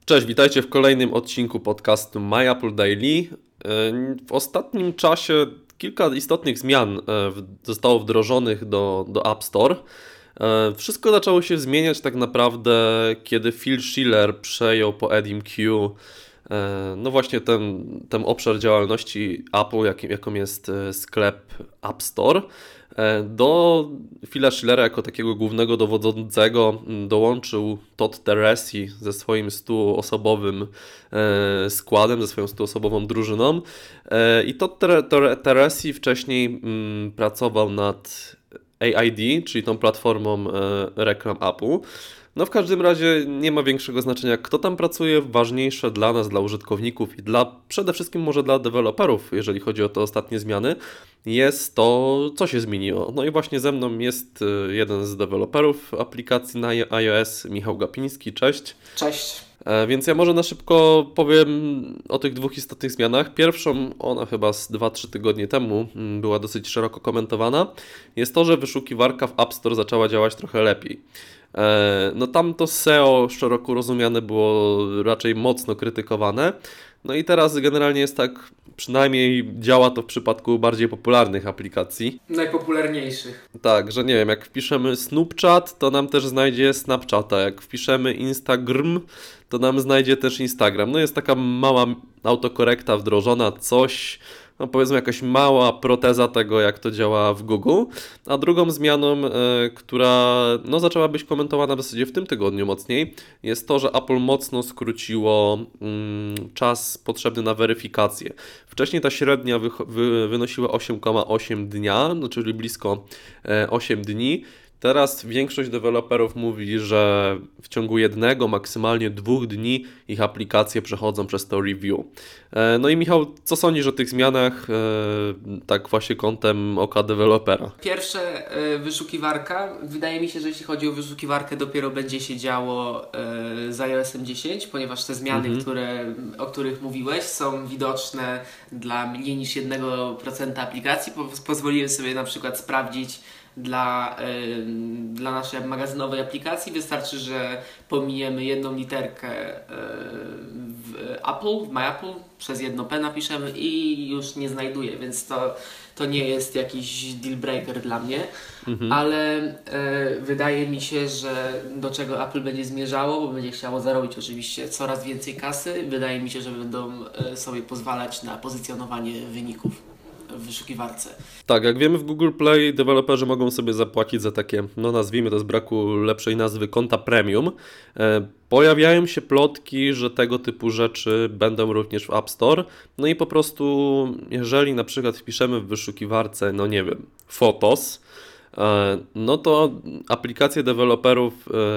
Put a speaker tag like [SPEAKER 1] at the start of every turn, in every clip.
[SPEAKER 1] Cześć, witajcie w kolejnym odcinku podcastu My Apple Daily. W ostatnim czasie kilka istotnych zmian zostało wdrożonych do App Store. Wszystko zaczęło się zmieniać tak naprawdę, kiedy Phil Schiller przejął po Edim Q no właśnie ten obszar działalności Apple, jaką jest sklep App Store. Do Phila Schillera jako takiego głównego dowodzącego dołączył Todd Teresi ze swoim 100-osobowym składem, ze swoją 100-osobową drużyną. I Todd Teresi wcześniej pracował nad AID, czyli tą platformą reklam Apple. No w każdym razie nie ma większego znaczenia, kto tam pracuje. Ważniejsze dla nas, dla użytkowników i przede wszystkim może dla deweloperów, jeżeli chodzi o te ostatnie zmiany, jest to, co się zmieniło. No i właśnie ze mną jest jeden z deweloperów aplikacji na iOS, Michał Gapiński. Cześć.
[SPEAKER 2] Cześć.
[SPEAKER 1] Więc ja może na szybko powiem o tych dwóch istotnych zmianach. Pierwszą, ona chyba z 2-3 tygodnie temu była dosyć szeroko komentowana, jest to, że wyszukiwarka w App Store zaczęła działać trochę lepiej. No tam to SEO szeroko rozumiane było raczej mocno krytykowane. No i teraz generalnie jest tak, przynajmniej działa to w przypadku bardziej popularnych aplikacji.
[SPEAKER 2] Najpopularniejszych.
[SPEAKER 1] Tak, że nie wiem, jak wpiszemy Snapchat, to nam też znajdzie Snapchata. Jak wpiszemy Instagram, to nam znajdzie też Instagram. No jest taka mała autokorekta wdrożona, coś, no powiedzmy jakaś mała proteza tego, jak to działa w Google. A drugą zmianą, która no, zaczęła być komentowana w zasadzie w tym tygodniu mocniej, jest to, że Apple mocno skróciło czas potrzebny na weryfikację. Wcześniej ta średnia wynosiła 8,8 dnia, no, czyli blisko 8 dni. Teraz większość deweloperów mówi, że w ciągu 1, maksymalnie 2 dni ich aplikacje przechodzą przez to review. No i Michał, co sądzisz o tych zmianach, tak właśnie kątem oka dewelopera?
[SPEAKER 2] Pierwsze, wyszukiwarka. Wydaje mi się, że jeśli chodzi o wyszukiwarkę, dopiero będzie się działo z iOS-em 10, ponieważ te zmiany, o których mówiłeś, są widoczne dla mniej niż 1% aplikacji. Pozwoliłem sobie na przykład sprawdzić dla naszej magazynowej aplikacji. Wystarczy, że pominiemy jedną literkę w Apple, w My Apple, przez jedno P napiszemy i już nie znajduje, więc to nie jest jakiś deal breaker dla mnie, ale wydaje mi się, że do czego Apple będzie zmierzało, bo będzie chciało zarobić oczywiście coraz więcej kasy. Wydaje mi się, że będą sobie pozwalać na pozycjonowanie wyników w wyszukiwarce.
[SPEAKER 1] Tak, jak wiemy, w Google Play deweloperzy mogą sobie zapłacić za takie, no nazwijmy to z braku lepszej nazwy, konta premium. Pojawiają się plotki, że tego typu rzeczy będą również w App Store. No i po prostu, jeżeli na przykład wpiszemy w wyszukiwarce, no nie wiem, Photos, no to aplikacje deweloperów,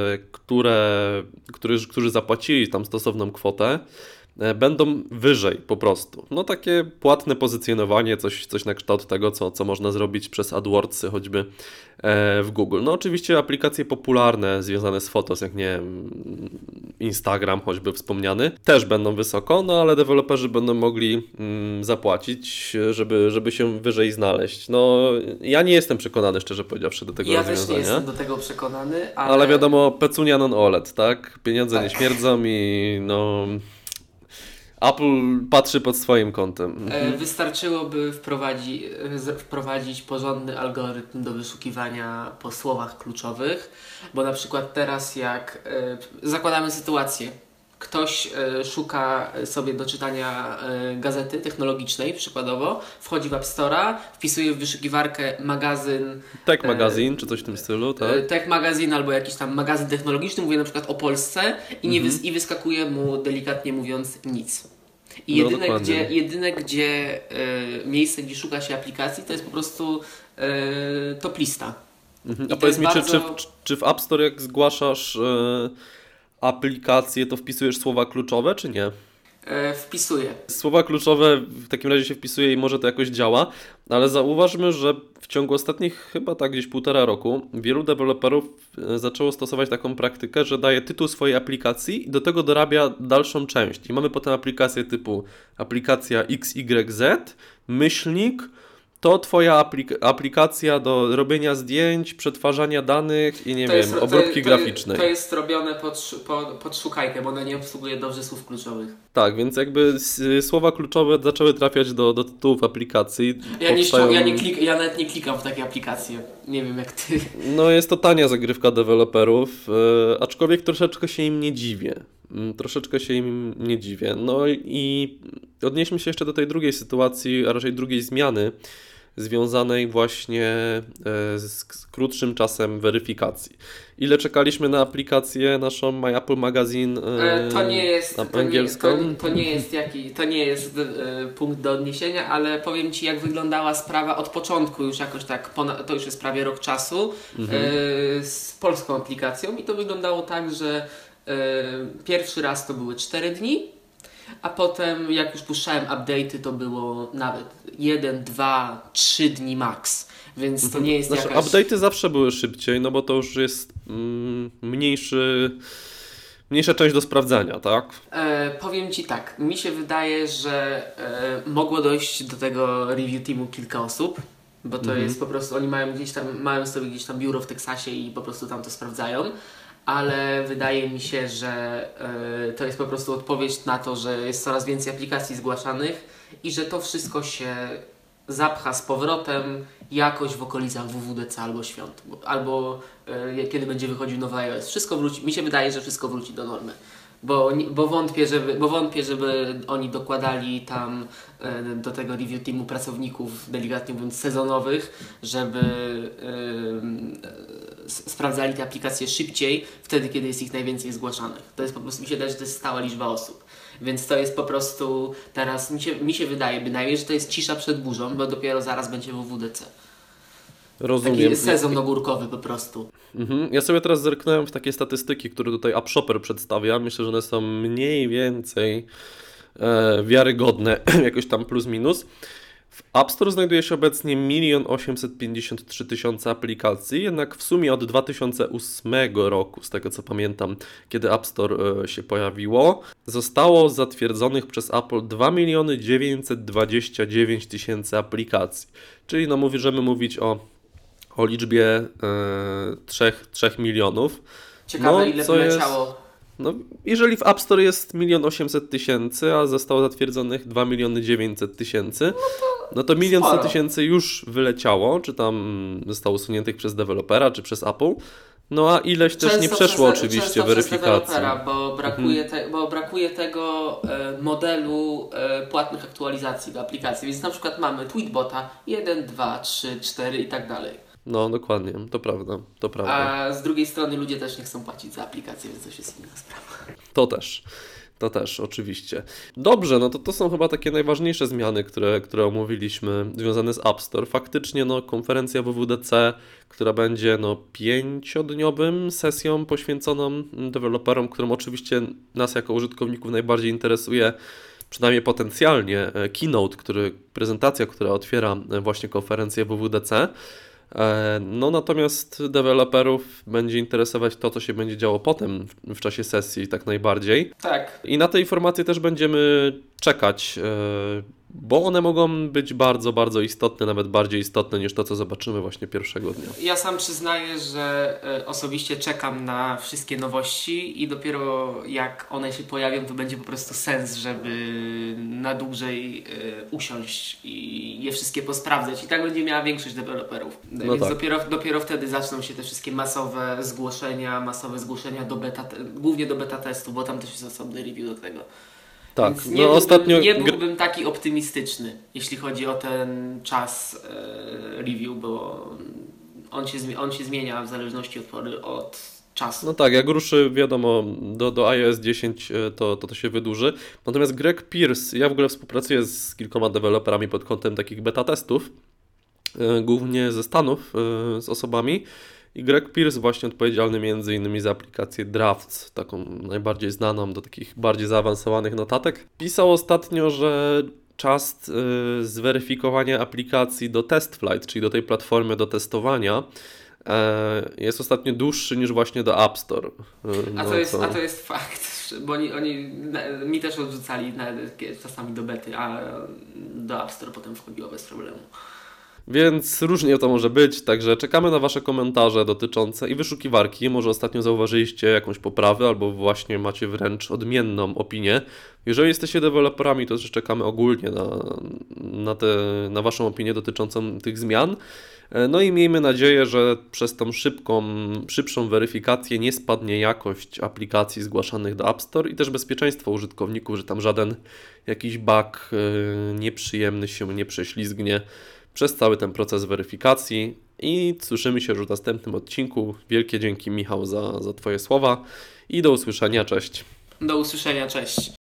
[SPEAKER 1] którzy zapłacili tam stosowną kwotę, będą wyżej po prostu. No takie płatne pozycjonowanie, coś na kształt tego, co można zrobić przez AdWordsy choćby w Google. No oczywiście aplikacje popularne związane z Photos, jak nie wiem, Instagram choćby wspomniany, też będą wysoko, no ale deweloperzy będą mogli zapłacić, żeby się wyżej znaleźć. No ja nie jestem przekonany, szczerze powiedziawszy, do tego rozwiązania.
[SPEAKER 2] Ja też nie jestem do tego przekonany,
[SPEAKER 1] ale wiadomo, pecunia non olet, tak? Pieniądze nie śmierdzą i no... Apple patrzy pod swoim kątem.
[SPEAKER 2] Wystarczyłoby wprowadzić porządny algorytm do wyszukiwania po słowach kluczowych, bo na przykład teraz jak zakładamy sytuację, ktoś szuka sobie do czytania gazety technologicznej przykładowo, wchodzi w App Store'a, wpisuje w wyszukiwarkę magazyn
[SPEAKER 1] Tech Magazine czy coś w tym stylu, tak?
[SPEAKER 2] Tech Magazine albo jakiś tam magazyn technologiczny, mówię na przykład o Polsce i wyskakuje mu, delikatnie mówiąc, nic. I jedyne gdzie miejsce, gdzie szuka się aplikacji, to jest po prostu top lista.
[SPEAKER 1] A powiedz mi, czy w App Store jak zgłaszasz aplikację, to wpisujesz słowa kluczowe, czy nie?
[SPEAKER 2] Wpisuję.
[SPEAKER 1] Słowa kluczowe w takim razie się wpisuje i może to jakoś działa, ale zauważmy, że w ciągu ostatnich chyba tak gdzieś 1,5 roku wielu deweloperów zaczęło stosować taką praktykę, że daje tytuł swojej aplikacji i do tego dorabia dalszą część. I mamy potem aplikację typu aplikacja XYZ, myślnik, to twoja aplikacja do robienia zdjęć, przetwarzania danych i obróbki graficznej.
[SPEAKER 2] To jest robione pod szukajkę, bo ona nie obsługuje dobrze słów kluczowych.
[SPEAKER 1] Tak, więc jakby słowa kluczowe zaczęły trafiać do tytułów aplikacji.
[SPEAKER 2] Ja nawet nie klikam w takie aplikacje. Nie wiem jak ty.
[SPEAKER 1] No jest to tania zagrywka deweloperów, aczkolwiek troszeczkę się im nie dziwię. No i odnieśmy się jeszcze do tej drugiej sytuacji, a raczej drugiej zmiany związanej właśnie z krótszym czasem weryfikacji. Ile czekaliśmy na aplikację naszą My Apple Magazine angielską?
[SPEAKER 2] To nie jest punkt do odniesienia, ale powiem Ci, jak wyglądała sprawa od początku, już jakoś tak, to już jest prawie rok czasu, z polską aplikacją i to wyglądało tak, że pierwszy raz to były 4 dni, a potem jak już puszczałem update'y, to było nawet 1, 2, 3 dni max. Więc to nie jest jakaś...
[SPEAKER 1] Update'y zawsze były szybciej, no bo to już jest mniejsza część do sprawdzania, tak?
[SPEAKER 2] Powiem Ci tak, mi się wydaje, że mogło dojść do tego review teamu kilka osób, bo to jest po prostu, oni mają sobie gdzieś tam biuro w Teksasie i po prostu tam to sprawdzają. Ale wydaje mi się, że to jest po prostu odpowiedź na to, że jest coraz więcej aplikacji zgłaszanych i że to wszystko się zapcha z powrotem jakoś w okolicach WWDC albo świąt, albo kiedy będzie wychodził nowy iOS. Wszystko wróci, mi się wydaje, że wszystko wróci do normy. Bo wątpię, żeby oni dokładali tam do tego review teamu pracowników, delikatnie mówiąc, sezonowych, żeby sprawdzali te aplikacje szybciej, wtedy, kiedy jest ich najwięcej zgłaszanych. To jest po prostu, mi się wydaje, że to jest stała liczba osób. Więc to jest po prostu teraz, mi się wydaje bynajmniej, że to jest cisza przed burzą, bo dopiero zaraz będzie WWDC.
[SPEAKER 1] Rozumiem.
[SPEAKER 2] Taki sezon ogórkowy po prostu.
[SPEAKER 1] Ja sobie teraz zerknąłem w takie statystyki, które tutaj AppShopper przedstawia. Myślę, że one są mniej więcej wiarygodne, jakoś tam plus minus. W App Store znajduje się obecnie 1 853 000 aplikacji, jednak w sumie od 2008 roku, z tego co pamiętam, kiedy App Store się pojawiło, zostało zatwierdzonych przez Apple 2 929 000 aplikacji. Czyli możemy mówić o liczbie 3 milionów.
[SPEAKER 2] Ciekawe, ile wyleciało.
[SPEAKER 1] Jeżeli w App Store jest 1 800 000, a zostało zatwierdzonych 2 900 000, no to 1 100 000 już wyleciało, czy tam zostało usuniętych przez dewelopera, czy przez Apple. No a ileś też nie przeszło oczywiście weryfikacji.
[SPEAKER 2] Bo brakuje tego modelu płatnych aktualizacji do aplikacji. Więc na przykład mamy Tweetbota 1, 2, 3, 4 i tak dalej.
[SPEAKER 1] No dokładnie, to prawda.
[SPEAKER 2] A z drugiej strony ludzie też nie chcą płacić za aplikację, więc to jest inna sprawa.
[SPEAKER 1] To też, oczywiście. Dobrze, no to są chyba takie najważniejsze zmiany, które omówiliśmy, związane z App Store. Faktycznie konferencja WWDC, która będzie 5-dniowym sesją poświęconą deweloperom, którą oczywiście nas jako użytkowników najbardziej interesuje, przynajmniej potencjalnie, keynote, prezentacja, która otwiera właśnie konferencję WWDC. Natomiast deweloperów będzie interesować to, co się będzie działo potem w czasie sesji tak najbardziej.
[SPEAKER 2] Tak.
[SPEAKER 1] I na te informacje też będziemy czekać, bo one mogą być bardzo, bardzo istotne, nawet bardziej istotne niż to, co zobaczymy właśnie pierwszego dnia.
[SPEAKER 2] Ja sam przyznaję, że osobiście czekam na wszystkie nowości i dopiero jak one się pojawią, to będzie po prostu sens, żeby na dłużej usiąść i je wszystkie posprawdzać. I tak będzie miała większość deweloperów. Więc tak. dopiero wtedy zaczną się te wszystkie masowe zgłoszenia do beta, głównie do beta testu, bo tam też jest osobny review do tego.
[SPEAKER 1] Tak,
[SPEAKER 2] nie byłbym taki optymistyczny, jeśli chodzi o ten czas review, bo on się zmienia w zależności od czasu.
[SPEAKER 1] No tak, jak ruszy, wiadomo, do iOS 10 to się wydłuży. Natomiast Greg Pierce, ja w ogóle współpracuję z kilkoma deweloperami pod kątem takich beta testów, głównie ze Stanów, z osobami. I Greg Pierce, właśnie odpowiedzialny m.in. za aplikację Drafts, taką najbardziej znaną do takich bardziej zaawansowanych notatek, pisał ostatnio, że czas zweryfikowania aplikacji do TestFlight, czyli do tej platformy do testowania, jest ostatnio dłuższy niż właśnie do App Store.
[SPEAKER 2] A to jest fakt, bo oni mi też odrzucali czasami do bety, a do App Store potem wchodziło bez problemu.
[SPEAKER 1] Więc różnie to może być, także czekamy na Wasze komentarze dotyczące i wyszukiwarki. Może ostatnio zauważyliście jakąś poprawę, albo właśnie macie wręcz odmienną opinię. Jeżeli jesteście deweloperami, to też czekamy ogólnie na Waszą opinię dotyczącą tych zmian. No i miejmy nadzieję, że przez tą szybszą weryfikację nie spadnie jakość aplikacji zgłaszanych do App Store i też bezpieczeństwo użytkowników, że tam żaden jakiś bug nieprzyjemny się nie prześlizgnie przez cały ten proces weryfikacji. I słyszymy się już w następnym odcinku. Wielkie dzięki, Michał, za Twoje słowa i do usłyszenia. Cześć.
[SPEAKER 2] Do usłyszenia, cześć.